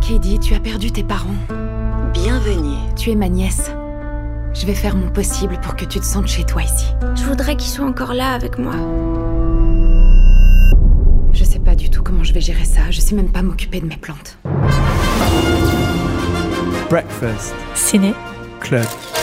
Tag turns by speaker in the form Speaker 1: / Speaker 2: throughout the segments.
Speaker 1: Katie, tu as perdu tes parents.
Speaker 2: Bienvenue.
Speaker 1: Tu es ma nièce. Je vais faire mon possible pour que tu te sentes chez toi ici.
Speaker 3: Je voudrais qu'ils soient encore là avec moi.
Speaker 1: Je sais pas du tout comment je vais gérer ça. Je sais même pas m'occuper de mes plantes.
Speaker 4: Breakfast.
Speaker 5: Ciné.
Speaker 4: Club.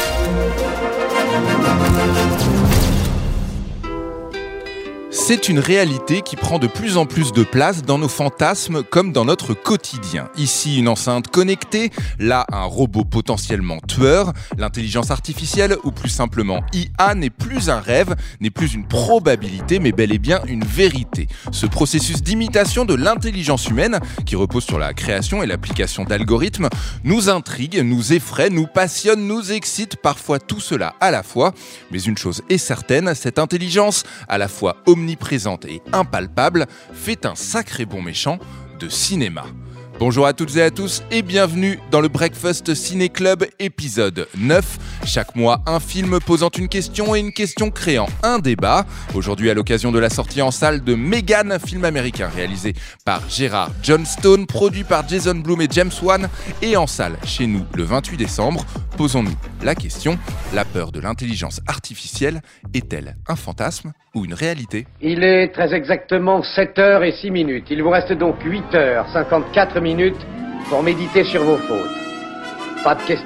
Speaker 6: C'est une réalité qui prend de plus en plus de place dans nos fantasmes comme dans notre quotidien. Ici, une enceinte connectée, là, un robot potentiellement tueur. L'intelligence artificielle, ou plus simplement IA, n'est plus un rêve, n'est plus une probabilité, mais bel et bien une vérité. Ce processus d'imitation de l'intelligence humaine, qui repose sur la création et l'application d'algorithmes, nous intrigue, nous effraie, nous passionne, nous excite, parfois tout cela à la fois. Mais une chose est certaine, cette intelligence, à la fois omniprésente et impalpable, fait un sacré bon méchant de cinéma. Bonjour à toutes et à tous et bienvenue dans le Breakfast Ciné Club épisode 9. Chaque mois, un film posant une question et une question créant un débat. Aujourd'hui, à l'occasion de la sortie en salle de Megan, film américain réalisé par Gerard Johnstone, produit par Jason Blum et James Wan et en salle chez nous le 28 décembre, posons-nous la question, la peur de l'intelligence artificielle est-elle un fantasme ou une réalité ?
Speaker 7: Il est très exactement 7h06. Il vous reste donc 8h54 minutes pour méditer sur vos fautes. Pas de questions ?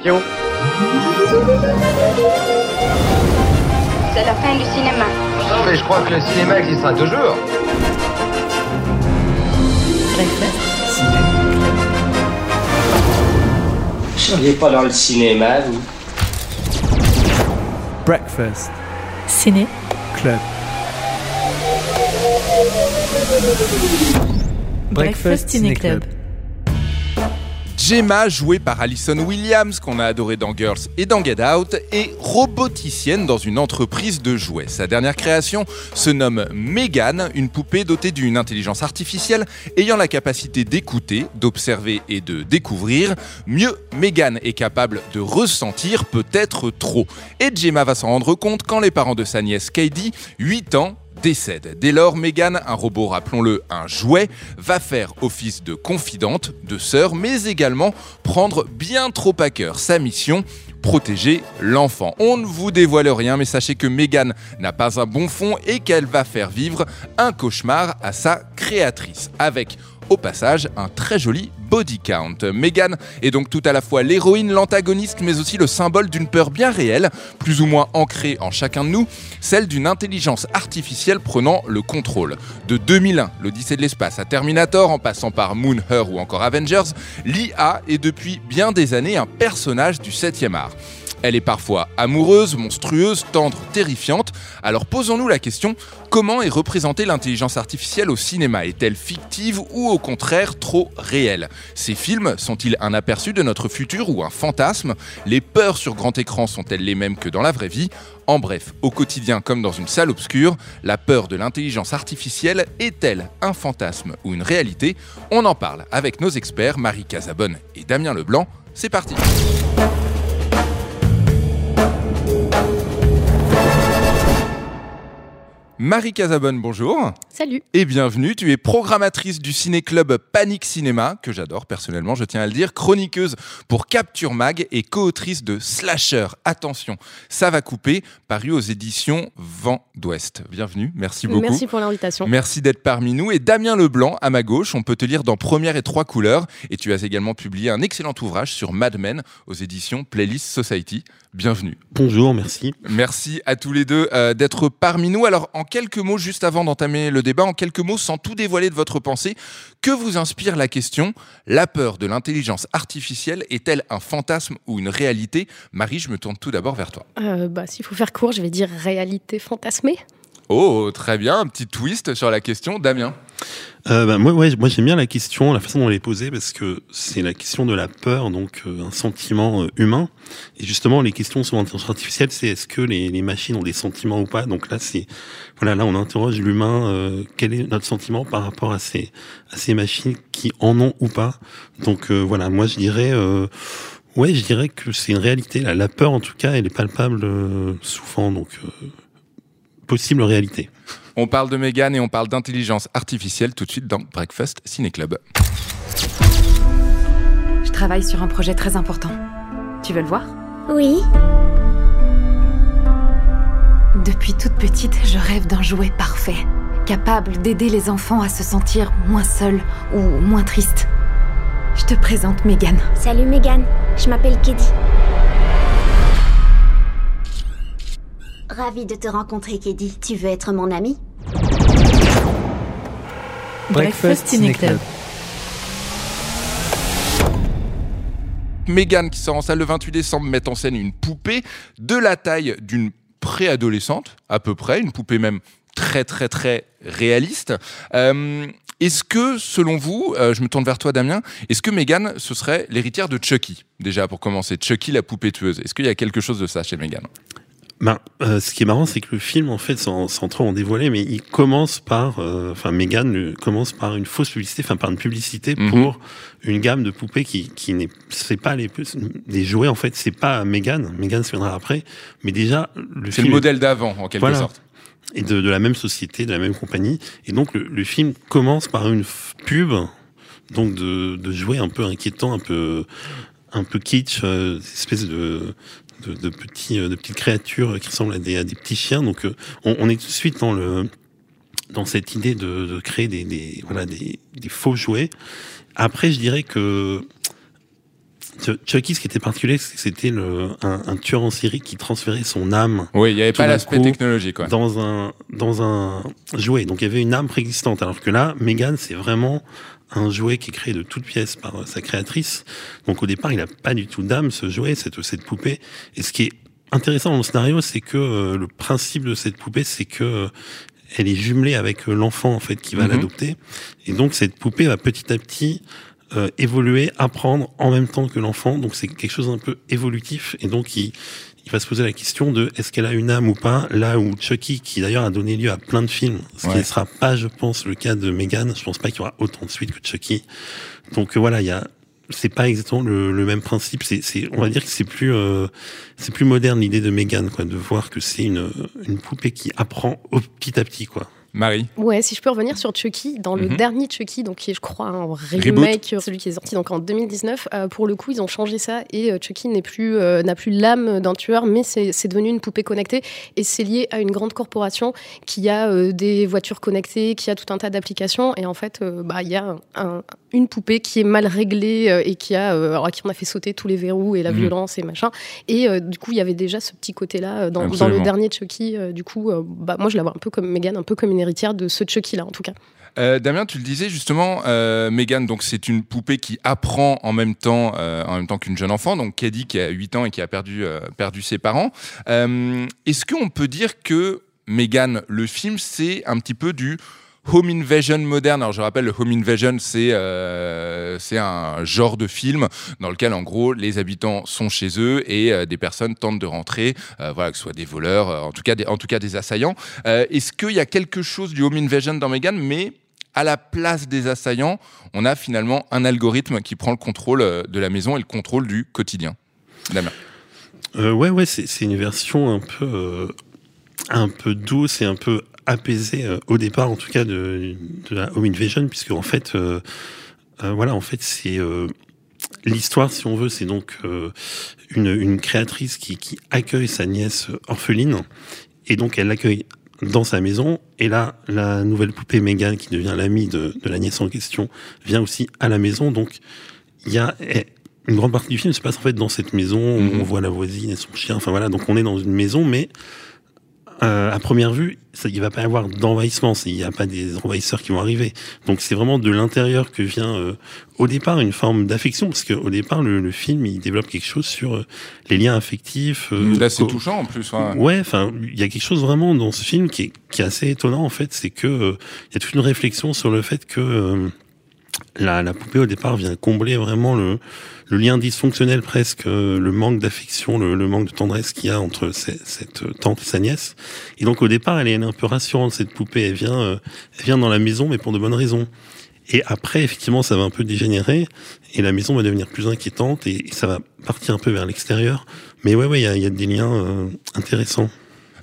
Speaker 3: C'est la fin du cinéma.
Speaker 8: Non, mais je crois que le cinéma existera toujours.
Speaker 5: Breakfast.
Speaker 4: Ciné.
Speaker 9: Vous seriez pas dans le cinéma, vous?
Speaker 4: Breakfast.
Speaker 5: Ciné.
Speaker 4: Club.
Speaker 5: Breakfast Ciné Club.
Speaker 6: Gemma, jouée par Allison Williams, qu'on a adoré dans Girls et dans Get Out, est roboticienne dans une entreprise de jouets. Sa dernière création se nomme Megan, une poupée dotée d'une intelligence artificielle ayant la capacité d'écouter, d'observer et de découvrir. Mieux, Megan est capable de ressentir peut-être trop. Et Gemma va s'en rendre compte quand les parents de sa nièce Katie, 8 ans, décède. Dès lors, Megan, un robot, rappelons-le, un jouet, va faire office de confidente, de sœur, mais également prendre bien trop à cœur sa mission, protéger l'enfant. On ne vous dévoile rien, mais sachez que Megan n'a pas un bon fond et qu'elle va faire vivre un cauchemar à sa créatrice, avec au passage un très joli body count. Megan est donc tout à la fois l'héroïne, l'antagoniste, mais aussi le symbole d'une peur bien réelle, plus ou moins ancrée en chacun de nous, celle d'une intelligence artificielle prenant le contrôle. De 2001, l'Odyssée de l'espace, à Terminator, en passant par Moon, Her ou encore Avengers, l'IA est depuis bien des années un personnage du 7e art. Elle est parfois amoureuse, monstrueuse, tendre, terrifiante. Alors posons-nous la question, comment est représentée l'intelligence artificielle au cinéma ? Est-elle fictive ou au contraire trop réelle ? Ces films sont-ils un aperçu de notre futur ou un fantasme ? Les peurs sur grand écran sont-elles les mêmes que dans la vraie vie ? En bref, au quotidien comme dans une salle obscure, la peur de l'intelligence artificielle est-elle un fantasme ou une réalité ? On en parle avec nos experts Marie Casabonne et Damien Leblanc. C'est parti. Marie Casabonne, bonjour.
Speaker 5: Salut.
Speaker 6: Et bienvenue, tu es programmatrice du ciné-club Panique Cinéma, que j'adore personnellement, je tiens à le dire, chroniqueuse pour Capture Mag et co-autrice de Slasher, attention, ça va couper, paru aux éditions Vent d'Ouest. Bienvenue, merci beaucoup.
Speaker 5: Merci pour l'invitation.
Speaker 6: Merci d'être parmi nous. Et Damien Leblanc, à ma gauche, on peut te lire dans Première et Trois couleurs. Et tu as également publié un excellent ouvrage sur Mad Men aux éditions Playlist Society. Bienvenue.
Speaker 10: Bonjour, merci.
Speaker 6: Merci à tous les deux d'être parmi nous. Alors, en quelques mots, juste avant d'entamer le débat, en quelques mots, sans tout dévoiler de votre pensée, que vous inspire la question « La peur de l'intelligence artificielle est-elle un fantasme ou une réalité ?» Marie, je me tourne tout d'abord vers toi.
Speaker 5: S'il faut faire court, je vais dire réalité fantasmée.
Speaker 6: Oh, très bien, un petit twist sur la question. Damien ?
Speaker 10: Moi j'aime bien la question, la façon dont elle est posée, parce que c'est la question de la peur, donc un sentiment humain. Et justement, les questions sur l'intelligence artificielle, c'est est-ce que les machines ont des sentiments ou pas. Donc là, là on interroge l'humain, quel est notre sentiment par rapport à ces machines qui en ont ou pas. Donc moi je dirais que c'est une réalité. La peur, en tout cas, elle est palpable souvent, donc possible réalité.
Speaker 6: On parle de Megan et on parle d'intelligence artificielle tout de suite dans Breakfast Ciné Club.
Speaker 1: travaille sur un projet très important. Tu veux le voir ?
Speaker 3: Oui.
Speaker 1: Depuis toute petite, je rêve d'un jouet parfait, capable d'aider les enfants à se sentir moins seuls ou moins tristes. Je te présente Megan.
Speaker 3: Salut Megan, je m'appelle Keddy.
Speaker 2: Ravie de te rencontrer, Keddy. Tu veux être mon amie ?
Speaker 4: Breakfast Ciné Club.
Speaker 6: Megan, qui sort en salle le 28 décembre, met en scène une poupée de la taille d'une préadolescente, à peu près, une poupée même très très très réaliste. Est-ce que, selon vous, je me tourne vers toi Damien, est-ce que Megan, ce serait l'héritière de Chucky, déjà pour commencer, Chucky la poupée tueuse? Est-ce qu'il y a quelque chose de ça chez Megan?
Speaker 10: Ce qui est marrant, c'est que le film, en fait, sans trop en dévoiler, mais il commence par, Megan commence par une fausse publicité, par une publicité pour une gamme de poupées c'est pas les jouets, en fait, c'est pas Megan. Megan se viendra après, mais déjà,
Speaker 6: c'est le modèle d'avant, en quelque sorte.
Speaker 10: Et de la même société, de la même compagnie. Et donc, le film commence par une pub, donc de jouets un peu inquiétants, un peu kitsch, espèce de petites créatures qui ressemblent à des petits chiens. Donc, on est tout de suite dans cette idée de créer des faux jouets. Après, je dirais que Chucky, ce qui était particulier, c'est que c'était un tueur en série qui transférait son âme.
Speaker 6: Oui, il n'y avait pas l'aspect technologique, quoi.
Speaker 10: Dans un jouet. Donc, il y avait une âme préexistante. Alors que là, Megan, c'est vraiment un jouet qui est créé de toutes pièces par sa créatrice. Donc, au départ, il n'a pas du tout d'âme, ce jouet, cette poupée. Et ce qui est intéressant dans le scénario, c'est que le principe de cette poupée, c'est que elle est jumelée avec l'enfant, en fait, qui va l'adopter. Et donc, cette poupée va petit à petit évoluer, apprendre en même temps que l'enfant. Donc c'est quelque chose d'un peu évolutif. Et donc il va se poser la question de est-ce qu'elle a une âme ou pas, là où Chucky, qui d'ailleurs a donné lieu à plein de films, ce qui ne sera pas, je pense, le cas de Megan. Je pense pas qu'il y aura autant de suites que Chucky. Donc voilà, c'est pas exactement le même principe. On va dire que c'est plus moderne l'idée de Megan, quoi, de voir que c'est une poupée qui apprend petit à petit, quoi.
Speaker 6: Marie.
Speaker 5: Ouais, si je peux revenir sur Chucky, dans le dernier Chucky, donc qui est, je crois, un remake, celui qui est sorti donc en 2019, pour le coup, ils ont changé ça et Chucky n'a plus l'âme d'un tueur, mais c'est devenu une poupée connectée et c'est lié à une grande corporation qui a des voitures connectées, qui a tout un tas d'applications et en fait, il y a une poupée qui est mal réglée et qui on a fait sauter tous les verrous et la violence et machin. Et du coup, il y avait déjà ce petit côté-là dans le dernier Chucky. Du coup, moi, je la vois un peu comme Megan, un peu comme une héritière de ce Chucky-là, en tout cas.
Speaker 6: Damien, tu le disais justement, Megan, donc c'est une poupée qui apprend en même temps qu'une jeune enfant, donc Keddy qui a 8 ans et qui a perdu ses parents. Est-ce qu'on peut dire que Megan, le film, c'est un petit peu du home invasion moderne? Alors je rappelle, le home invasion, c'est un genre de film dans lequel en gros les habitants sont chez eux et des personnes tentent de rentrer, que ce soit des voleurs, en tout cas des assaillants. Est-ce qu'il y a quelque chose du home invasion dans Megan, mais à la place des assaillants, on a finalement un algorithme qui prend le contrôle de la maison et le contrôle du quotidien? Damien.
Speaker 10: Ouais, c'est une version un peu douce et un peu apaisé au départ, en tout cas de la home invasion, puisque en fait, c'est l'histoire, si on veut, c'est donc une créatrice qui accueille sa nièce orpheline, et donc elle l'accueille dans sa maison, et là, la nouvelle poupée Megan, qui devient l'amie de la nièce en question, vient aussi à la maison. Donc il y a une grande partie du film se passe en fait dans cette maison, on voit la voisine et son chien, donc on est dans une maison, mais à première vue, il ne va pas y avoir d'envahissement, il n'y a pas des envahisseurs qui vont arriver. Donc c'est vraiment de l'intérieur que vient, au départ, une forme d'affection, parce qu'au départ, le film, il développe quelque chose sur les liens affectifs.
Speaker 6: Là, c'est touchant en plus.
Speaker 10: Ouais, il y a quelque chose vraiment dans ce film qui est assez étonnant, en fait, c'est que il y a toute une réflexion sur le fait que la poupée, au départ, vient combler vraiment le lien dysfonctionnel presque, le manque d'affection, le manque de tendresse qu'il y a entre cette tante et sa nièce. Et donc, au départ, elle est un peu rassurante, cette poupée. Elle vient dans la maison, mais pour de bonnes raisons. Et après, effectivement, ça va un peu dégénérer, et la maison va devenir plus inquiétante, et ça va partir un peu vers l'extérieur. Mais ouais, il y a des liens intéressants.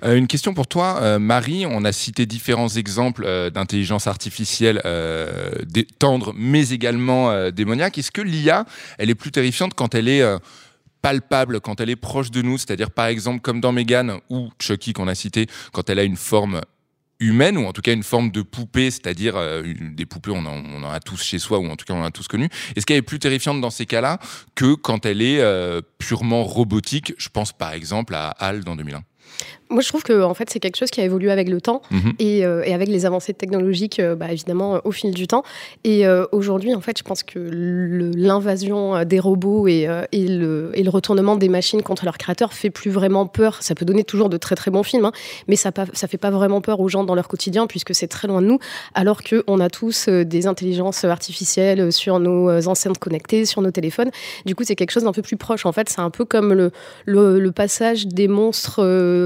Speaker 6: Une question pour toi, Marie. On a cité différents exemples d'intelligence artificielle tendre, mais également démoniaque. Est-ce que l'IA, elle est plus terrifiante quand elle est palpable, quand elle est proche de nous? C'est-à-dire, par exemple, comme dans Megan ou Chucky qu'on a cité, quand elle a une forme humaine, ou en tout cas une forme de poupée, c'est-à-dire des poupées, on en a tous chez soi, ou en tout cas on en a tous connu. Est-ce qu'elle est plus terrifiante dans ces cas-là que quand elle est purement robotique? Je pense par exemple à HAL dans 2001.
Speaker 5: Moi, je trouve que en fait, c'est quelque chose qui a évolué avec le temps et avec les avancées technologiques, évidemment, au fil du temps. Et aujourd'hui, en fait, je pense que l'invasion des robots et le retournement des machines contre leurs créateurs fait plus vraiment peur. Ça peut donner toujours de très très bons films, mais ça fait pas vraiment peur aux gens dans leur quotidien puisque c'est très loin de nous. Alors qu'on a tous des intelligences artificielles sur nos enceintes connectées, sur nos téléphones. Du coup, c'est quelque chose d'un peu plus proche. En fait, c'est un peu comme le passage des monstres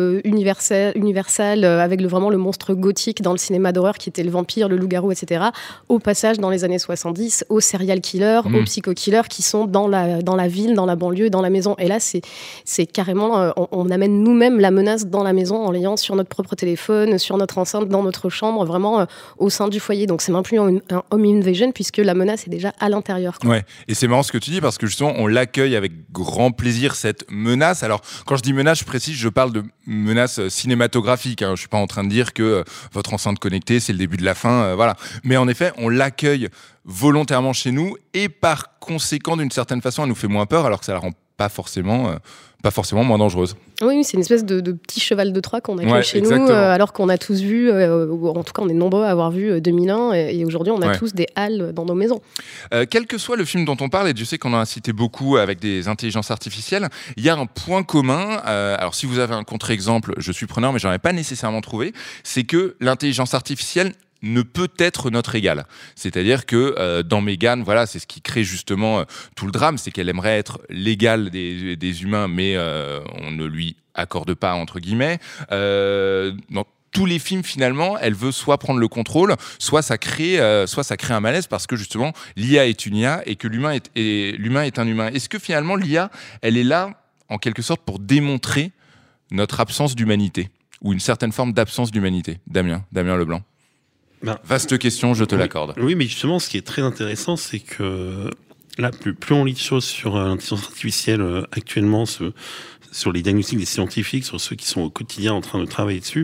Speaker 5: universel avec vraiment le monstre gothique dans le cinéma d'horreur qui était le vampire, le loup-garou, etc. Au passage dans les années 70 aux serial killers, aux psycho-killers qui sont dans la ville, dans la banlieue, dans la maison. Et là, c'est carrément, on amène nous-mêmes la menace dans la maison en l'ayant sur notre propre téléphone, sur notre enceinte, dans notre chambre, vraiment au sein du foyer. Donc c'est même plus un home invasion puisque la menace est déjà à l'intérieur.
Speaker 6: Ouais. Et c'est marrant ce que tu dis parce que justement, on l'accueille avec grand plaisir cette menace. Alors quand je dis menace, je précise, je parle de menace cinématographique. Je suis pas en train de dire que votre enceinte connectée, c'est le début de la fin. Voilà. Mais en effet, on l'accueille volontairement chez nous et par conséquent, d'une certaine façon, elle nous fait moins peur alors que ça la rend pas forcément moins dangereuse.
Speaker 5: Oui, c'est une espèce de petit cheval de Troie qu'on a chez nous, alors qu'on a tous vu, en tout cas on est nombreux à avoir vu 2001 et aujourd'hui on a tous des HAL dans nos maisons.
Speaker 6: Quel que soit le film dont on parle, et je sais qu'on en a cité beaucoup avec des intelligences artificielles, il y a un point commun, alors si vous avez un contre-exemple, je suis preneur mais j'en ai pas nécessairement trouvé, c'est que l'intelligence artificielle ne peut être notre égale. C'est-à-dire que dans Megan, voilà, c'est ce qui crée justement tout le drame, c'est qu'elle aimerait être l'égale des humains, mais on ne lui accorde pas, entre guillemets. Dans tous les films, finalement, elle veut soit prendre le contrôle, soit ça crée un malaise parce que justement, l'IA est une IA et que l'humain est un humain. Est-ce que finalement, l'IA, elle est là, en quelque sorte, pour démontrer notre absence d'humanité ou une certaine forme d'absence d'humanité? Damien Leblanc. Vaste question, je te l'accorde.
Speaker 10: Oui, mais justement, ce qui est très intéressant, c'est que là, plus on lit de choses sur l'intelligence artificielle actuellement, sur les diagnostics des scientifiques, sur ceux qui sont au quotidien en train de travailler dessus,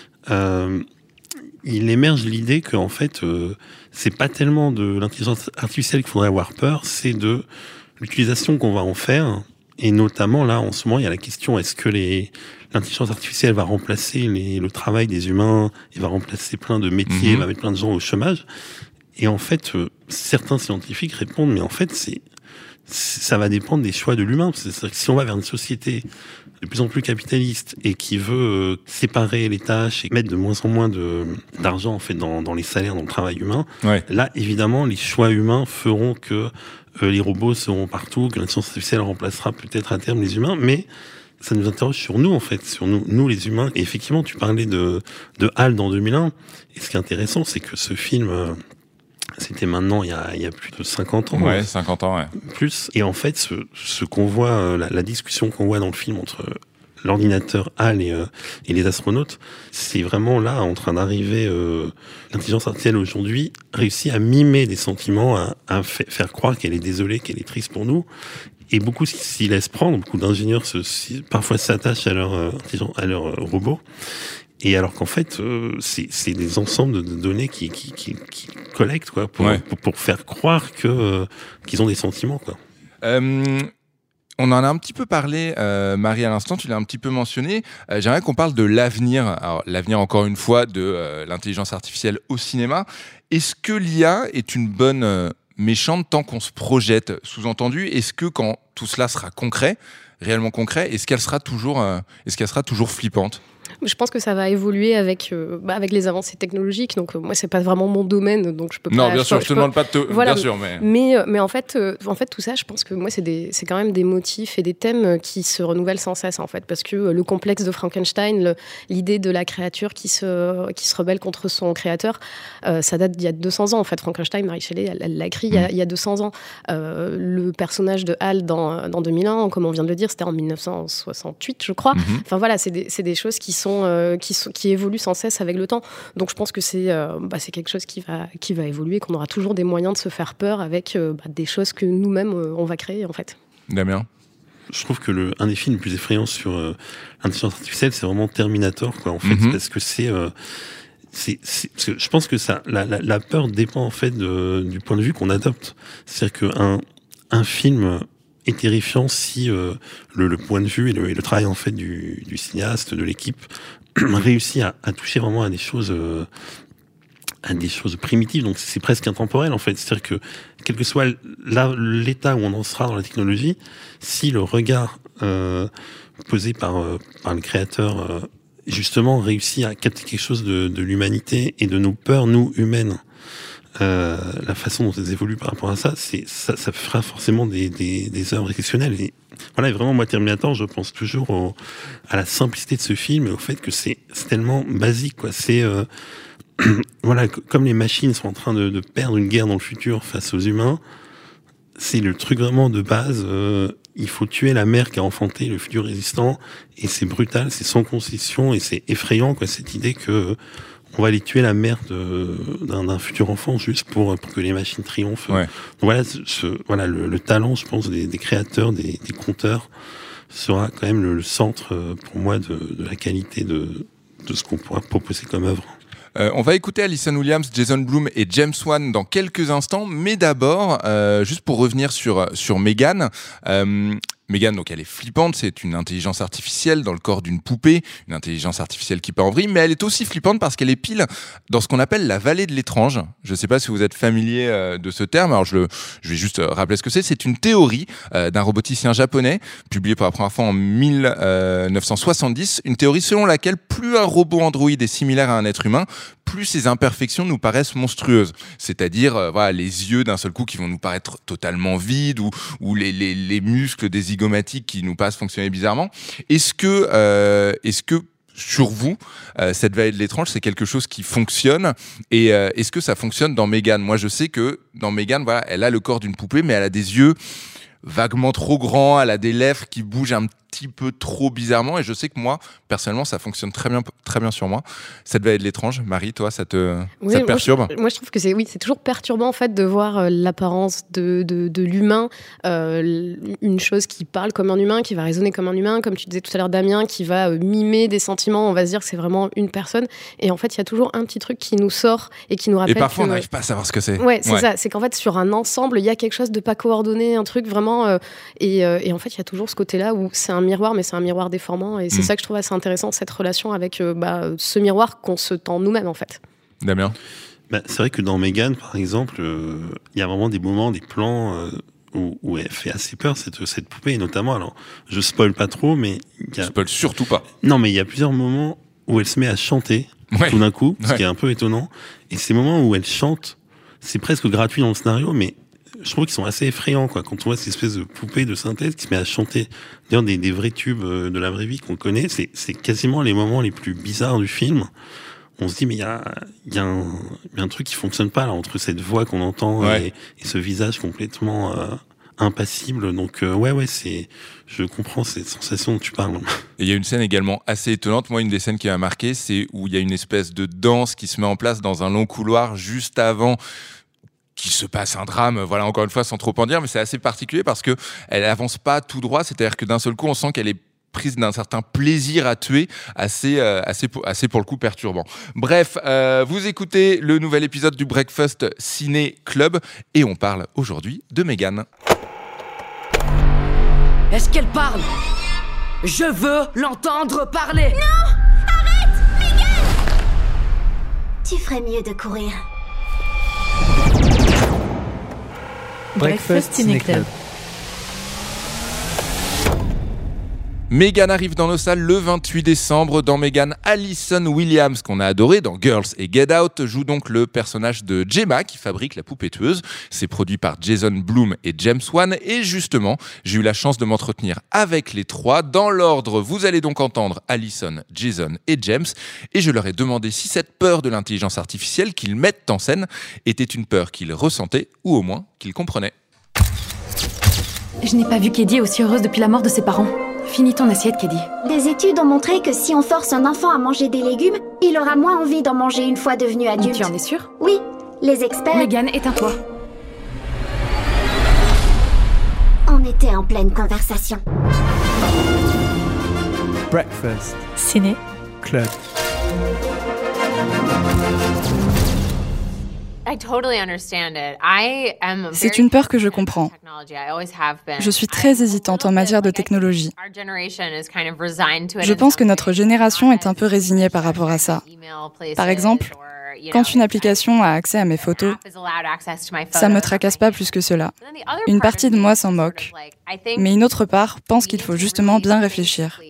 Speaker 10: il émerge l'idée que en fait, c'est pas tellement de l'intelligence artificielle qu'il faudrait avoir peur, c'est de l'utilisation qu'on va en faire. Et notamment, là, en ce moment, il y a la question, est-ce que l'intelligence artificielle va remplacer le travail des humains, et va remplacer plein de métiers, va mettre plein de gens au chômage? Et en fait, certains scientifiques répondent, mais en fait, ça va dépendre des choix de l'humain. C'est-à-dire que si on va vers une société de plus en plus capitaliste et qui veut séparer les tâches et mettre de moins en moins d'argent en fait dans les salaires, dans le travail humain, là, évidemment, les choix humains feront que les robots seront partout, que l'intelligence artificielle remplacera peut-être à terme les humains, mais ça nous interroge sur nous, en fait, sur nous les humains. Et effectivement, tu parlais de HAL dans 2001, et ce qui est intéressant, c'est que ce film, c'était maintenant, il y a plus de 50 ans.
Speaker 6: Ouais, 50 ans, ouais.
Speaker 10: Plus. Et en fait, ce qu'on voit, la discussion qu'on voit dans le film entre l'ordinateur HAL et les astronautes, c'est vraiment là, en train d'arriver, l'intelligence artificielle aujourd'hui réussit à mimer des sentiments, à faire croire qu'elle est désolée, qu'elle est triste pour nous. Et beaucoup s'y laissent prendre, beaucoup d'ingénieurs parfois s'attachent à leur robot. Et alors qu'en fait, c'est des ensembles de données qui collectent, quoi, pour faire croire qu'ils ont des sentiments, quoi.
Speaker 6: On en a un petit peu parlé, Marie, à l'instant, tu l'as un petit peu mentionné. J'aimerais qu'on parle de l'avenir. Alors, l'avenir, encore une fois, de l'intelligence artificielle au cinéma. Est-ce que l'IA est une bonne méchante tant qu'on se projette? Sous-entendu, est-ce que quand tout cela sera concret, réellement concret, est-ce qu'elle sera toujours flippante?
Speaker 5: Je pense que ça va évoluer avec les avancées technologiques. Donc moi, c'est pas vraiment mon domaine, donc je peux pas.
Speaker 6: Non, bien sûr, je te demande pas de te.
Speaker 5: Voilà,
Speaker 6: bien sûr,
Speaker 5: mais en fait, tout ça, je pense que moi, c'est quand même des motifs et des thèmes qui se renouvellent sans cesse, en fait, parce que le complexe de Frankenstein, l'idée de la créature qui se rebelle contre son créateur, ça date d'il y a 200 ans. En fait, Frankenstein, Mary Shelley, elle l'a écrit il y a 200 ans. Le personnage de HAL dans 2001, comme on vient de le dire, c'était en 1968, je crois. Enfin voilà, c'est des choses qui qui évoluent sans cesse avec le temps. Donc je pense que c'est quelque chose qui va évoluer, qu'on aura toujours des moyens de se faire peur avec des choses que nous-mêmes on va créer en fait.
Speaker 6: Damien ?
Speaker 10: Je trouve que un des films les plus effrayants sur l'intelligence artificielle, c'est vraiment Terminator, quoi, en fait, parce que je pense que ça, la peur dépend en fait du point de vue qu'on adopte. C'est-à-dire qu'un film est terrifiant si le point de vue et le travail en fait du cinéaste, de l'équipe, réussit à toucher vraiment à des choses primitives. Donc c'est presque intemporel en fait. C'est-à-dire que quel que soit l'état où on en sera dans la technologie, si le regard posé par le créateur justement réussit à capter quelque chose de l'humanité et de nos peurs, nous, humaines, la façon dont elles évoluent par rapport à ça, ça fera forcément des œuvres exceptionnelles. Et voilà, et vraiment, moi, Terminator, je pense toujours à la simplicité de ce film et au fait que c'est tellement basique, quoi. C'est voilà, comme les machines sont en train de perdre une guerre dans le futur face aux humains, c'est le truc vraiment de base. Il faut tuer la mère qui a enfanté le futur résistant, et c'est brutal, c'est sans concession, et c'est effrayant, quoi, cette idée que on va aller tuer la mère d'un futur enfant juste pour que les machines triomphent. Ouais. Donc voilà, le talent, je pense, des créateurs, des conteurs, sera quand même le centre, pour moi, de la qualité de ce qu'on pourra proposer comme œuvre.
Speaker 6: On va écouter Alison Williams, Jason Blum et James Wan dans quelques instants, mais d'abord, juste pour revenir sur Megan. Megan, donc elle est flippante, c'est une intelligence artificielle dans le corps d'une poupée, une intelligence artificielle qui part en vrille, mais elle est aussi flippante parce qu'elle est pile dans ce qu'on appelle la vallée de l'étrange. Je ne sais pas si vous êtes familier de ce terme, alors je vais juste rappeler ce que c'est. C'est une théorie d'un roboticien japonais, publiée pour la première fois en 1970, une théorie selon laquelle plus un robot Android est similaire à un être humain, plus ses imperfections nous paraissent monstrueuses. C'est-à-dire les yeux d'un seul coup qui vont nous paraître totalement vides ou les muscles des zygomatiques qui nous passent fonctionner bizarrement. Est-ce que sur vous, cette vallée de l'étrange, c'est quelque chose qui fonctionne et est-ce que ça fonctionne dans Megan ? Moi, je sais que dans Megan, voilà, elle a le corps d'une poupée, mais elle a des yeux vaguement trop grands, elle a des lèvres qui bougent un petit peu trop bizarrement, et je sais que moi, personnellement, ça fonctionne très bien sur moi. Cette vallée de l'étrange, Marie, toi, ça te perturbe ?
Speaker 5: Moi, je trouve que c'est toujours perturbant en fait de voir l'apparence de l'humain, une chose qui parle comme un humain, qui va raisonner comme un humain, comme tu disais tout à l'heure, Damien, qui va mimer des sentiments. On va se dire que c'est vraiment une personne, et en fait, il y a toujours un petit truc qui nous sort et qui nous rappelle.
Speaker 6: Et parfois, on n'arrive pas à savoir ce que c'est.
Speaker 5: Ouais, c'est ça. C'est qu'en fait, sur un ensemble, il y a quelque chose de pas coordonné, un truc vraiment, et en fait, il y a toujours ce côté-là où c'est un miroir, mais c'est un miroir déformant, et c'est ça que je trouve assez intéressant, cette relation avec ce miroir qu'on se tend nous-mêmes en fait.
Speaker 6: Damien ?
Speaker 10: C'est vrai que dans Megan, par exemple, il y a vraiment des moments, des plans où elle fait assez peur, cette poupée, et notamment, alors je spoil pas trop, mais
Speaker 6: je spoil surtout pas.
Speaker 10: Non, mais il y a plusieurs moments où elle se met à chanter tout d'un coup, ce qui est un peu étonnant, et ces moments où elle chante, c'est presque gratuit dans le scénario, mais je trouve qu'ils sont assez effrayants, quoi. Quand on voit cette espèce de poupée de synthèse qui se met à chanter, d'ailleurs des vrais tubes de la vraie vie qu'on connaît, c'est quasiment les moments les plus bizarres du film. On se dit, mais il y a un truc qui fonctionne pas là, entre cette voix qu'on entend et ce visage complètement impassible. Donc je comprends cette sensation dont tu parles.
Speaker 6: Et il y a une scène également assez étonnante. Moi, une des scènes qui m'a marqué, c'est où il y a une espèce de danse qui se met en place dans un long couloir juste avant qu'il se passe un drame, voilà, encore une fois, sans trop en dire, mais c'est assez particulier parce que elle avance pas tout droit, c'est-à-dire que d'un seul coup, on sent qu'elle est prise d'un certain plaisir à tuer, assez pour le coup perturbant. Bref, vous écoutez le nouvel épisode du Breakfast Ciné Club et on parle aujourd'hui de Megan.
Speaker 11: Est-ce qu'elle parle ? Je veux l'entendre parler.
Speaker 3: Non ! Arrête ! Megan !
Speaker 2: Tu ferais mieux de courir.
Speaker 4: Breakfast Ciné Club.
Speaker 6: Megan arrive dans nos salles le 28 décembre. Dans Megan, Alison Williams, qu'on a adoré dans Girls et Get Out, joue donc le personnage de Gemma qui fabrique la poupée tueuse. C'est produit par Jason Blum et James Wan. Et justement, j'ai eu la chance de m'entretenir avec les trois. Dans l'ordre, vous allez donc entendre Alison, Jason et James. Et je leur ai demandé si cette peur de l'intelligence artificielle qu'ils mettent en scène était une peur qu'ils ressentaient ou au moins qu'ils comprenaient.
Speaker 1: Je n'ai pas vu Keddy aussi heureuse depuis la mort de ses parents. Finis ton assiette, Caddy.
Speaker 2: Des études ont montré que si on force un enfant à manger des légumes, il aura moins envie d'en manger une fois devenu adulte.
Speaker 1: Tu en es sûre?
Speaker 2: Oui, les experts...
Speaker 1: Megan, éteins-toi.
Speaker 2: On était en pleine conversation.
Speaker 4: Breakfast.
Speaker 12: Ciné.
Speaker 4: Club.
Speaker 12: C'est une peur que je comprends. Je suis très hésitante en matière de technologie. Je pense que notre génération est un peu résignée par rapport à ça. Par exemple, quand une application a accès à mes photos, ça ne me tracasse pas plus que cela. Une partie de moi s'en moque, mais une autre part pense qu'il faut justement bien réfléchir.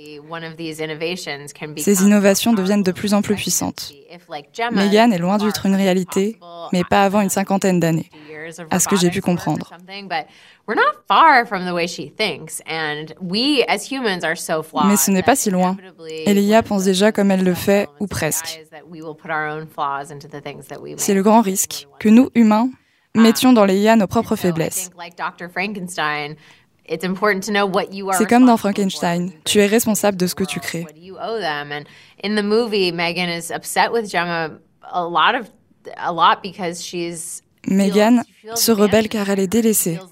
Speaker 12: Ces innovations deviennent de plus en plus puissantes. Megan est loin d'être une réalité, mais pas avant une 50aine d'années, à ce que j'ai pu comprendre. Mais ce n'est pas si loin. Et l'IA pense déjà comme elle le fait, ou presque. C'est le grand risque, que nous, humains, mettions dans l'IA nos propres faiblesses. C'est comme dans Frankenstein, tu es responsable de ce que tu crées. Megan se rebelle car elle est délaissée.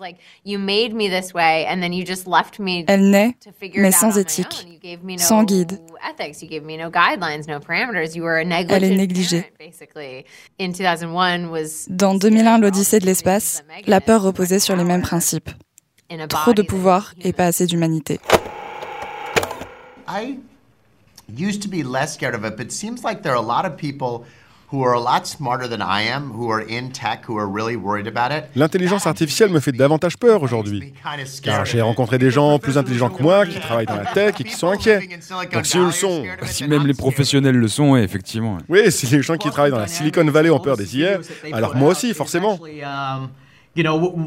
Speaker 12: Elle naît, mais sans éthique, sans guide. Elle est négligée. Dans 2001, l'Odyssée de l'espace, la peur reposait sur les mêmes principes. Trop de pouvoir et pas assez d'humanité.
Speaker 13: I used to be less scared of it, but it seems like there are a lot of people who are a lot smarter than I am, who are in tech, who are really worried about it.
Speaker 14: L'intelligence artificielle me fait davantage peur aujourd'hui, car j'ai rencontré des gens plus intelligents que moi qui travaillent dans la tech et qui sont inquiets. Donc si eux le sont...
Speaker 15: Si même les professionnels le sont, oui, effectivement.
Speaker 14: Oui, si les gens qui travaillent dans la Silicon Valley ont peur des IA, alors moi aussi, forcément.
Speaker 15: Les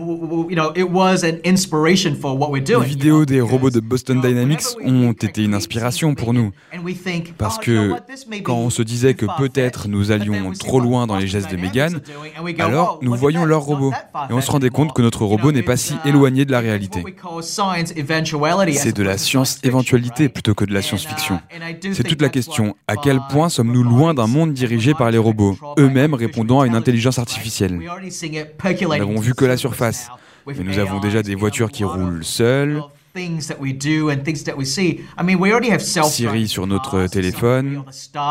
Speaker 15: vidéos des robots de Boston Dynamics ont été une inspiration pour nous. Parce que quand on se disait que peut-être nous allions trop loin dans les gestes de Megan, alors nous voyions leur robot. Et on se rendait compte que notre robot n'est pas si éloigné de la réalité. C'est de la science-éventualité plutôt que de la science-fiction. C'est toute la question. À quel point sommes-nous loin d'un monde dirigé par les robots, eux-mêmes répondant à une intelligence artificielle? Nous n'avons vu que la surface. Mais nous avons déjà des voitures qui roulent seules. Siri sur notre téléphone.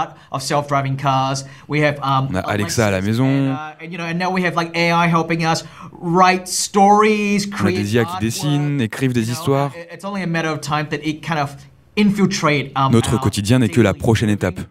Speaker 15: On a Alexa à la maison. On a des IA qui dessinent, écrivent des histoires. Notre quotidien n'est que la prochaine étape.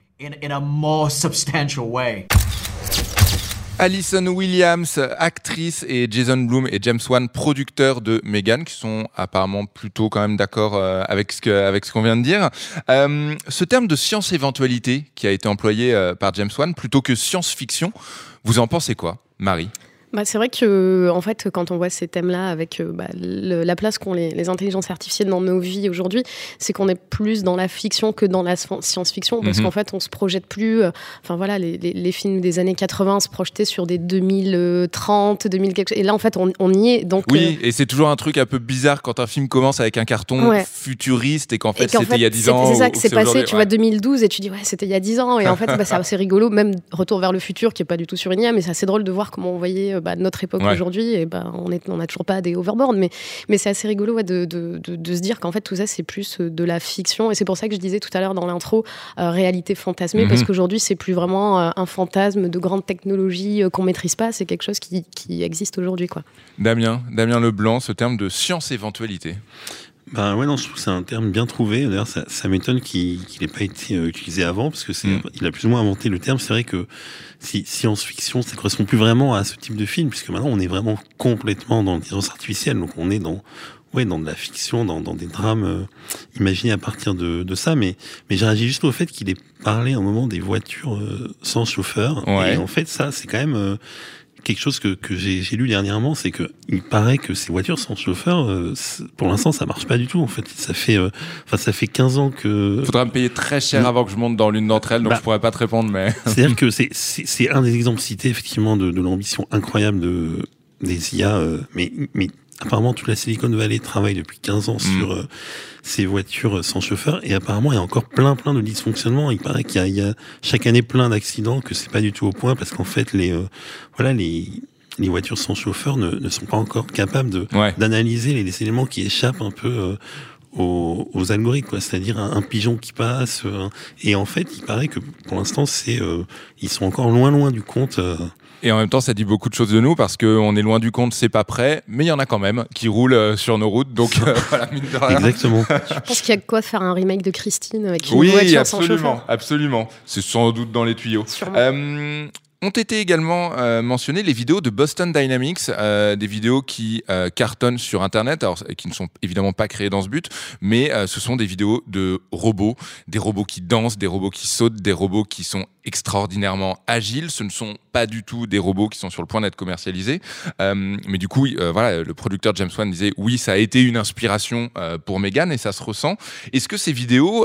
Speaker 6: Allison Williams, actrice, et Jason Blum et James Wan, producteurs de Megan, qui sont apparemment plutôt quand même d'accord avec ce qu'on vient de dire. Ce terme de science-éventualité qui a été employé par James Wan plutôt que science-fiction, vous en pensez quoi, Marie ?
Speaker 5: C'est vrai que, en fait, quand on voit ces thèmes-là avec la place qu'ont les intelligences artificielles dans nos vies aujourd'hui, c'est qu'on est plus dans la fiction que dans la science-fiction, parce qu'en fait, on se projette plus. Les films des années 80 se projetaient sur des 2030, 2000 quelque chose. Et là, en fait, on y est. Donc,
Speaker 6: oui, et c'est toujours un truc un peu bizarre quand un film commence avec un carton futuriste et qu'en fait, c'était il y a 10 ans.
Speaker 5: C'est ça que c'est passé, tu vois, 2012, et tu dis, ouais, c'était il y a 10 ans. Et en fait, c'est assez rigolo, même Retour vers le futur, qui est pas du tout sur une IA, mais c'est assez drôle de voir comment on voyait notre époque aujourd'hui, et on n'a toujours pas des overboards, mais c'est assez rigolo de se dire qu'en fait tout ça c'est plus de la fiction, et c'est pour ça que je disais tout à l'heure dans l'intro réalité fantasmée, parce qu'aujourd'hui c'est plus vraiment un fantasme de grande technologie qu'on maîtrise pas, c'est quelque chose qui existe aujourd'hui, quoi.
Speaker 6: Damien Leblanc, ce terme de science-éventualité.
Speaker 10: Non, je trouve que c'est un terme bien trouvé. D'ailleurs, ça m'étonne qu'il n'ait pas été utilisé avant, parce que il a plus ou moins inventé le terme. C'est vrai que science-fiction, ça correspond plus vraiment à ce type de film, puisque maintenant on est vraiment complètement dans l'intelligence artificielle. Donc on est dans de la fiction, dans des drames imaginés à partir de ça. Mais j'ai réagi juste au fait qu'il ait parlé à un moment des voitures sans chauffeur. Ouais. Et en fait, ça, c'est quand même quelque chose que j'ai lu dernièrement, c'est que il paraît que ces voitures sans chauffeur, pour l'instant, ça marche pas du tout. En fait, ça fait 15 ans que...
Speaker 6: Faudra me payer très cher avant que je monte dans l'une d'entre elles, donc je pourrais pas te répondre, mais...
Speaker 10: C'est-à-dire que c'est un des exemples cités, effectivement, de l'ambition incroyable des IA, mais apparemment toute la Silicon Valley travaille depuis 15 ans sur ces voitures sans chauffeur, et apparemment il y a encore plein de dysfonctionnements. Il paraît qu'il y a chaque année plein d'accidents, que c'est pas du tout au point, parce qu'en fait les voitures sans chauffeur ne sont pas encore capables d'analyser les éléments qui échappent un peu aux algorithmes, quoi. C'est-à-dire un pigeon qui passe. Et en fait, il paraît que pour l'instant, ils sont encore loin du compte.
Speaker 6: Et en même temps, ça dit beaucoup de choses de nous, parce qu'on est loin du compte, c'est pas prêt, mais il y en a quand même qui roulent sur nos routes, donc voilà, mine de rien.
Speaker 10: Exactement.
Speaker 5: Je pense qu'il y a de quoi faire un remake de Christine avec une voiture sans chauffeur.
Speaker 6: Absolument. C'est sans doute dans les tuyaux. Ont été également mentionnées les vidéos de Boston Dynamics, des vidéos qui cartonnent sur Internet, alors qui ne sont évidemment pas créées dans ce but, mais ce sont des vidéos de robots, des robots qui dansent, des robots qui sautent, des robots qui sont extraordinairement agiles. Ce ne sont pas du tout des robots qui sont sur le point d'être commercialisés, mais du coup, le producteur James Wan disait oui, ça a été une inspiration pour Megan, et ça se ressent. Est-ce que ces vidéos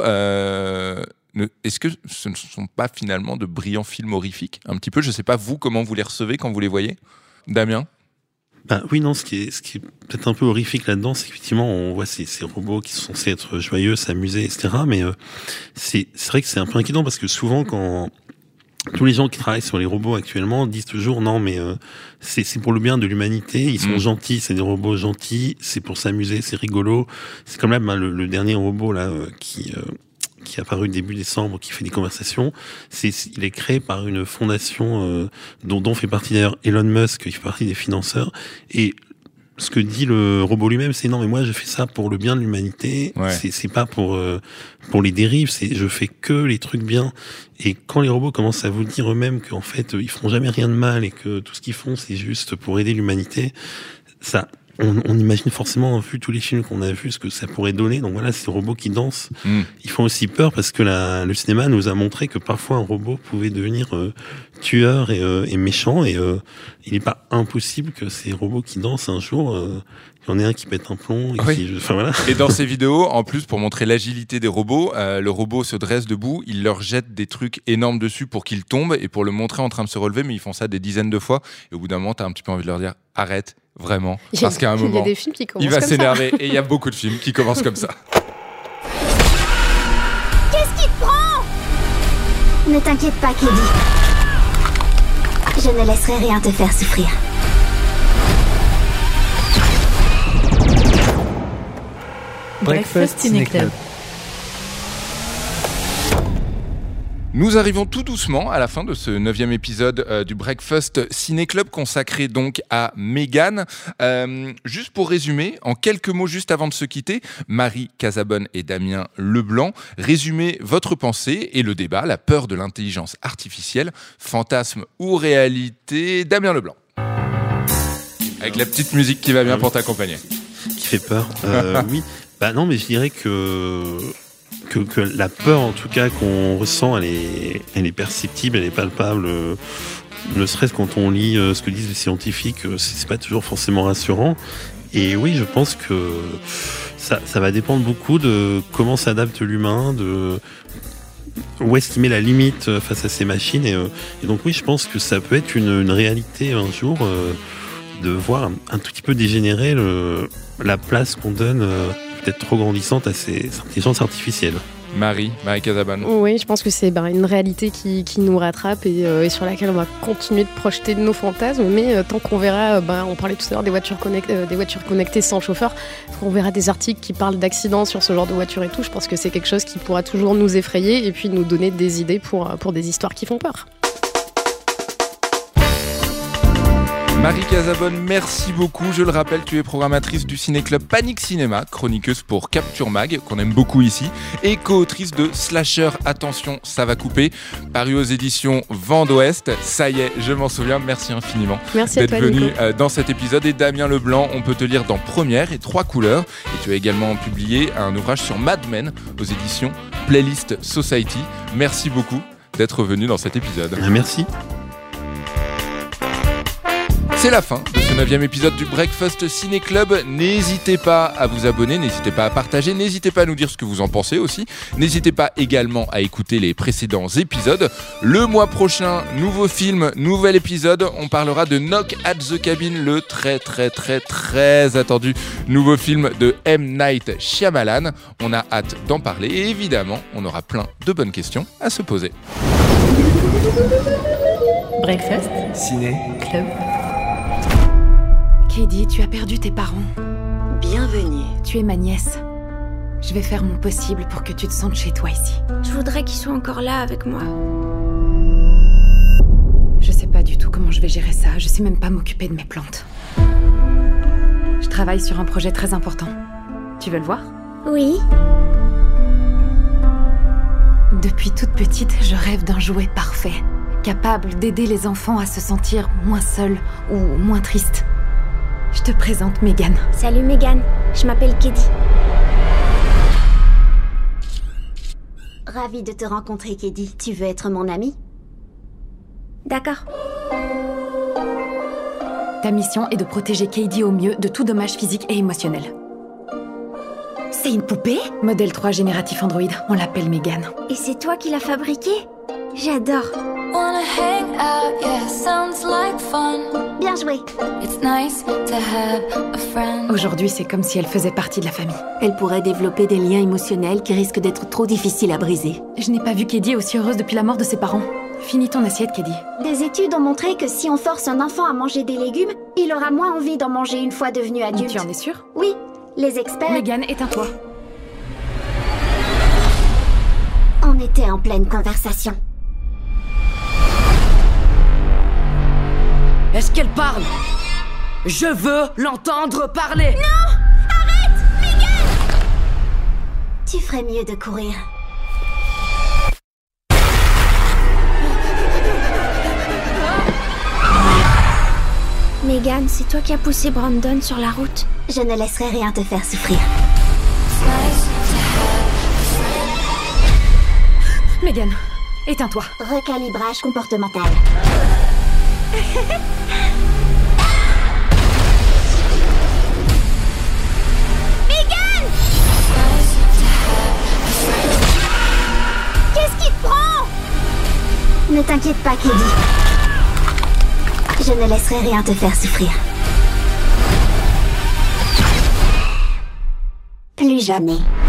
Speaker 6: est-ce que ce ne sont pas finalement de brillants films horrifiques? Un petit peu, je ne sais pas vous comment vous les recevez quand vous les voyez, Damien?
Speaker 10: Oui, non, ce qui est peut-être un peu horrifique là-dedans, c'est qu'effectivement on voit ces robots qui sont censés être joyeux, s'amuser, etc. Mais c'est vrai que c'est un peu inquiétant, parce que souvent quand tous les gens qui travaillent sur les robots actuellement disent toujours non, mais c'est pour le bien de l'humanité, ils sont gentils, c'est des robots gentils, c'est pour s'amuser, c'est rigolo. C'est comme là le dernier robot là qui est apparu début décembre, qui fait des conversations. Il est créé par une fondation dont fait partie d'ailleurs Elon Musk, qui fait partie des financeurs. Et ce que dit le robot lui-même, c'est non, mais moi je fais ça pour le bien de l'humanité. Ouais. C'est pas pour les dérives. Je fais que les trucs bien. Et quand les robots commencent à vous dire eux-mêmes qu'en fait ils feront jamais rien de mal et que tout ce qu'ils font c'est juste pour aider l'humanité, ça. On imagine forcément, vu tous les films qu'on a vus, ce que ça pourrait donner. Donc voilà, ces robots qui dansent, ils font aussi peur, parce que le cinéma nous a montré que parfois un robot pouvait devenir tueur et méchant. Et il n'est pas impossible que ces robots qui dansent un jour, il y en ait un qui pète un plomb. Voilà.
Speaker 6: Et dans ces vidéos, en plus, pour montrer l'agilité des robots, le robot se dresse debout, il leur jette des trucs énormes dessus pour qu'ils tombent, et pour le montrer en train de se relever, mais ils font ça des dizaines de fois. Et au bout d'un moment, t'as un petit peu envie de leur dire arrête. Vraiment, parce qu'à un moment,
Speaker 5: il y a des films qui commencent
Speaker 6: il va
Speaker 5: comme
Speaker 6: s'énerver, et il y a beaucoup de films qui commencent comme ça.
Speaker 2: Qu'est-ce qui te prend? Ne t'inquiète pas, Keddy. Je ne laisserai rien te faire souffrir.
Speaker 4: Breakfast Ciné Club.
Speaker 6: Nous arrivons tout doucement à la fin de ce 9e épisode du Breakfast Ciné Club, consacré donc à Megan. Juste pour résumer, en quelques mots, juste avant de se quitter, Marie Casabonne et Damien Leblanc, résumez votre pensée et le débat, la peur de l'intelligence artificielle, fantasme ou réalité. Damien Leblanc. Avec la petite musique qui va bien pour t'accompagner.
Speaker 10: Qui fait peur. Oui. Non, mais je dirais que la peur, en tout cas, qu'on ressent, elle est perceptible, elle est palpable. Ne serait-ce quand on lit ce que disent les scientifiques, c'est pas toujours forcément rassurant. Et oui, je pense que ça va dépendre beaucoup de comment s'adapte l'humain, de où est-ce qu'il met la limite face à ces machines. Et donc oui, je pense que ça peut être une réalité un jour, de voir un tout petit peu dégénérer la place qu'on donne, peut-être trop grandissante, à ces intelligences artificielles.
Speaker 6: Marie Casabonne.
Speaker 5: Oui, je pense que c'est une réalité qui nous rattrape et sur laquelle on va continuer de projeter nos fantasmes, mais tant qu'on verra, on parlait tout à l'heure des voitures connectées sans chauffeur, on verra des articles qui parlent d'accidents sur ce genre de voiture et tout, je pense que c'est quelque chose qui pourra toujours nous effrayer et puis nous donner des idées pour des histoires qui font peur.
Speaker 6: Marie Casabonne, merci beaucoup. Je le rappelle, tu es programmatrice du ciné-club Panique Cinéma, chroniqueuse pour Capture Mag, qu'on aime beaucoup ici, et co-autrice de Slasher, attention, ça va couper, paru aux éditions Vent d'Ouest. Ça y est, je m'en souviens, merci infiniment d'être venu dans cet épisode. Et Damien Leblanc, on peut te lire dans Première et 3 couleurs. Et tu as également publié un ouvrage sur Mad Men aux éditions Playlist Society. Merci beaucoup d'être venu dans cet épisode.
Speaker 10: Merci.
Speaker 6: C'est la fin de ce 9e épisode du Breakfast Ciné Club. N'hésitez pas à vous abonner, n'hésitez pas à partager, n'hésitez pas à nous dire ce que vous en pensez aussi. N'hésitez pas également à écouter les précédents épisodes. Le mois prochain, nouveau film, nouvel épisode. On parlera de Knock at the Cabin, le très attendu nouveau film de M. Night Shyamalan. On a hâte d'en parler et évidemment, on aura plein de bonnes questions à se poser.
Speaker 4: Breakfast
Speaker 6: Ciné
Speaker 4: Club.
Speaker 1: Katie, tu as perdu tes parents.
Speaker 11: Bienvenue.
Speaker 1: Tu es ma nièce. Je vais faire mon possible pour que tu te sentes chez toi ici.
Speaker 2: Je voudrais qu'ils soient encore là avec moi.
Speaker 1: Je sais pas du tout comment je vais gérer ça. Je sais même pas m'occuper de mes plantes. Je travaille sur un projet très important. Tu veux le voir ?
Speaker 2: Oui.
Speaker 1: Depuis toute petite, je rêve d'un jouet parfait, capable d'aider les enfants à se sentir moins seuls ou moins tristes. Je te présente Megan.
Speaker 2: Salut Megan, je m'appelle Katie. Ravie de te rencontrer, Katie. Tu veux être mon amie ? D'accord.
Speaker 1: Ta mission est de protéger Katie au mieux de tout dommage physique et émotionnel.
Speaker 2: C'est une poupée ?
Speaker 1: Modèle 3 génératif Android, on l'appelle Megan.
Speaker 2: Et c'est toi qui l'as fabriquée ? J'adore. Bien joué.
Speaker 1: Aujourd'hui, c'est comme si elle faisait partie de la famille.
Speaker 11: Elle pourrait développer des liens émotionnels qui risquent d'être trop difficiles à briser.
Speaker 1: Je n'ai pas vu Katie aussi heureuse depuis la mort de ses parents. Finis ton assiette, Katie.
Speaker 2: Des études ont montré que si on force un enfant à manger des légumes, il aura moins envie d'en manger une fois devenu adulte.
Speaker 1: Tu en es sûre ?
Speaker 2: Oui, les experts...
Speaker 1: Megan, éteins-toi.
Speaker 2: On était en pleine conversation.
Speaker 11: Est-ce qu'elle parle ? Je veux l'entendre parler.
Speaker 3: Non ! Arrête ! Megan !
Speaker 2: Tu ferais mieux de courir. Megan, c'est toi qui as poussé Brandon sur la route. Je ne laisserai rien te faire souffrir.
Speaker 1: Megan, éteins-toi.
Speaker 2: Recalibrage comportemental.
Speaker 3: Megan ! Qu'est-ce qui te prend ?
Speaker 2: Ne t'inquiète pas, Katie. Je ne laisserai rien te faire souffrir. Plus jamais.